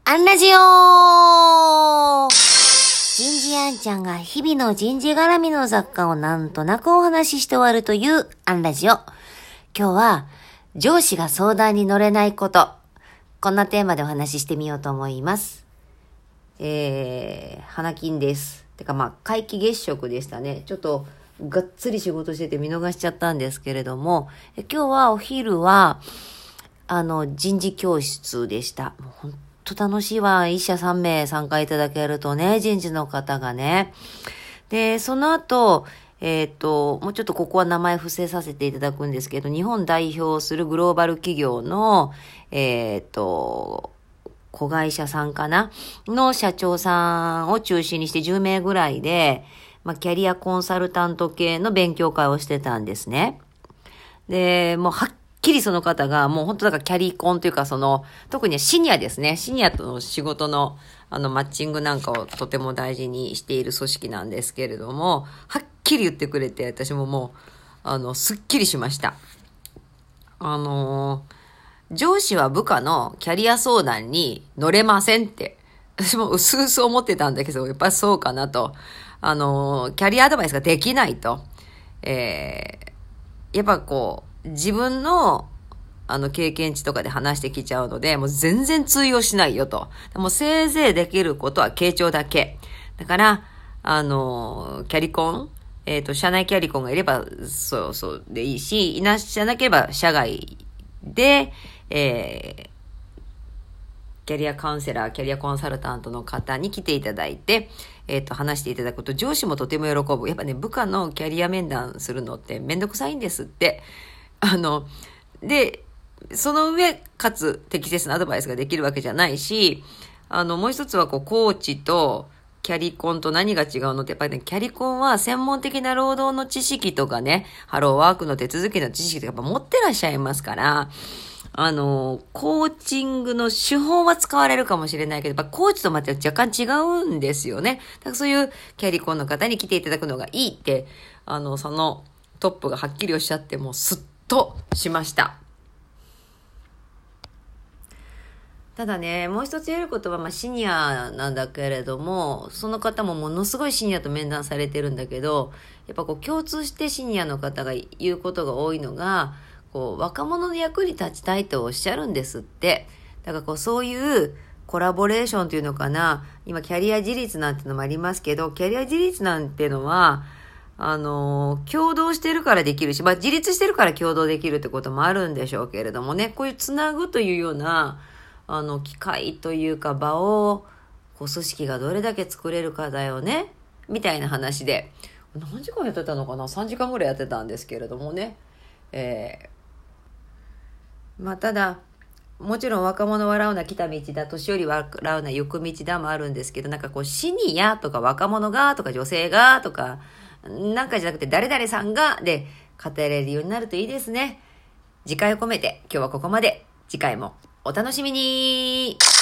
アンラジオ人事アンちゃんが日々の人事絡みの雑貨をなんとなくお話しして終わるというアンラジオ。今日は上司が相談に乗れないこと。こんなテーマでお話ししてみようと思います。花金です。てか皆既月食でしたね。ちょっとがっつり仕事してて見逃しちゃったんですけれども、今日はお昼は人事教室でした。もう本当楽しいわ。一社3名参加いただけるとね、人事の方がね。で、その後、もうちょっとここは名前伏せさせていただくんですけど、日本代表するグローバル企業の、子会社さんかなの社長さんを中心にして10名ぐらいで、キャリアコンサルタント系の勉強会をしてたんですね。で、もうはっきりその方が、もう本当だからキャリコンというか特にシニアですね。シニアとの仕事のマッチングなんかをとても大事にしている組織なんですけれども、はっきり言ってくれて、私ももう、すっきりしました。上司は部下のキャリア相談に乗れませんって、私も薄々思ってたんだけど、やっぱりそうかなと。キャリアアドバイスができないと。やっぱ自分の経験値とかで話してきちゃうので、もう全然通用しないよと。もうせいぜいできることは傾聴だけ。だから、キャリコン、社内キャリコンがいれば、そうでいいし、いらっしゃなければ、社外で、キャリアカウンセラー、キャリアコンサルタントの方に来ていただいて、話していただくと上司もとても喜ぶ。やっぱね、部下のキャリア面談するのってめんどくさいんですって。で、その上、かつ適切なアドバイスができるわけじゃないし、もう一つはコーチとキャリコンと何が違うのって、やっぱりね、キャリコンは専門的な労働の知識とかね、ハローワークの手続きの知識とかやっぱ持ってらっしゃいますから、コーチングの手法は使われるかもしれないけど、やっぱコーチとまた若干違うんですよね。だからそういうキャリコンの方に来ていただくのがいいって、そのトップがはっきりおっしゃって、もうスッとしました。ただね、もう一つ言えることは、シニアなんだけれども、その方もものすごいシニアと面談されてるんだけど、やっぱ共通してシニアの方が言うことが多いのが、若者の役に立ちたいとおっしゃるんですって。だからそういうコラボレーションというのかな、今キャリア自立なんてのもありますけど、キャリア自立なんてのは、共同してるからできるし、自立してるから共同できるってこともあるんでしょうけれどもね、こういうつなぐというような、機会というか場を、組織がどれだけ作れるかだよね、みたいな話で、何時間やってたのかな ?3 時間ぐらいやってたんですけれどもね。ただ、もちろん若者笑うな来た道だ、年寄り笑うな行く道だもあるんですけど、シニアとか若者がとか女性がとか、なんかじゃなくて誰々さんがで語れるようになるといいですね。次回を込めて今日はここまで。次回もお楽しみに。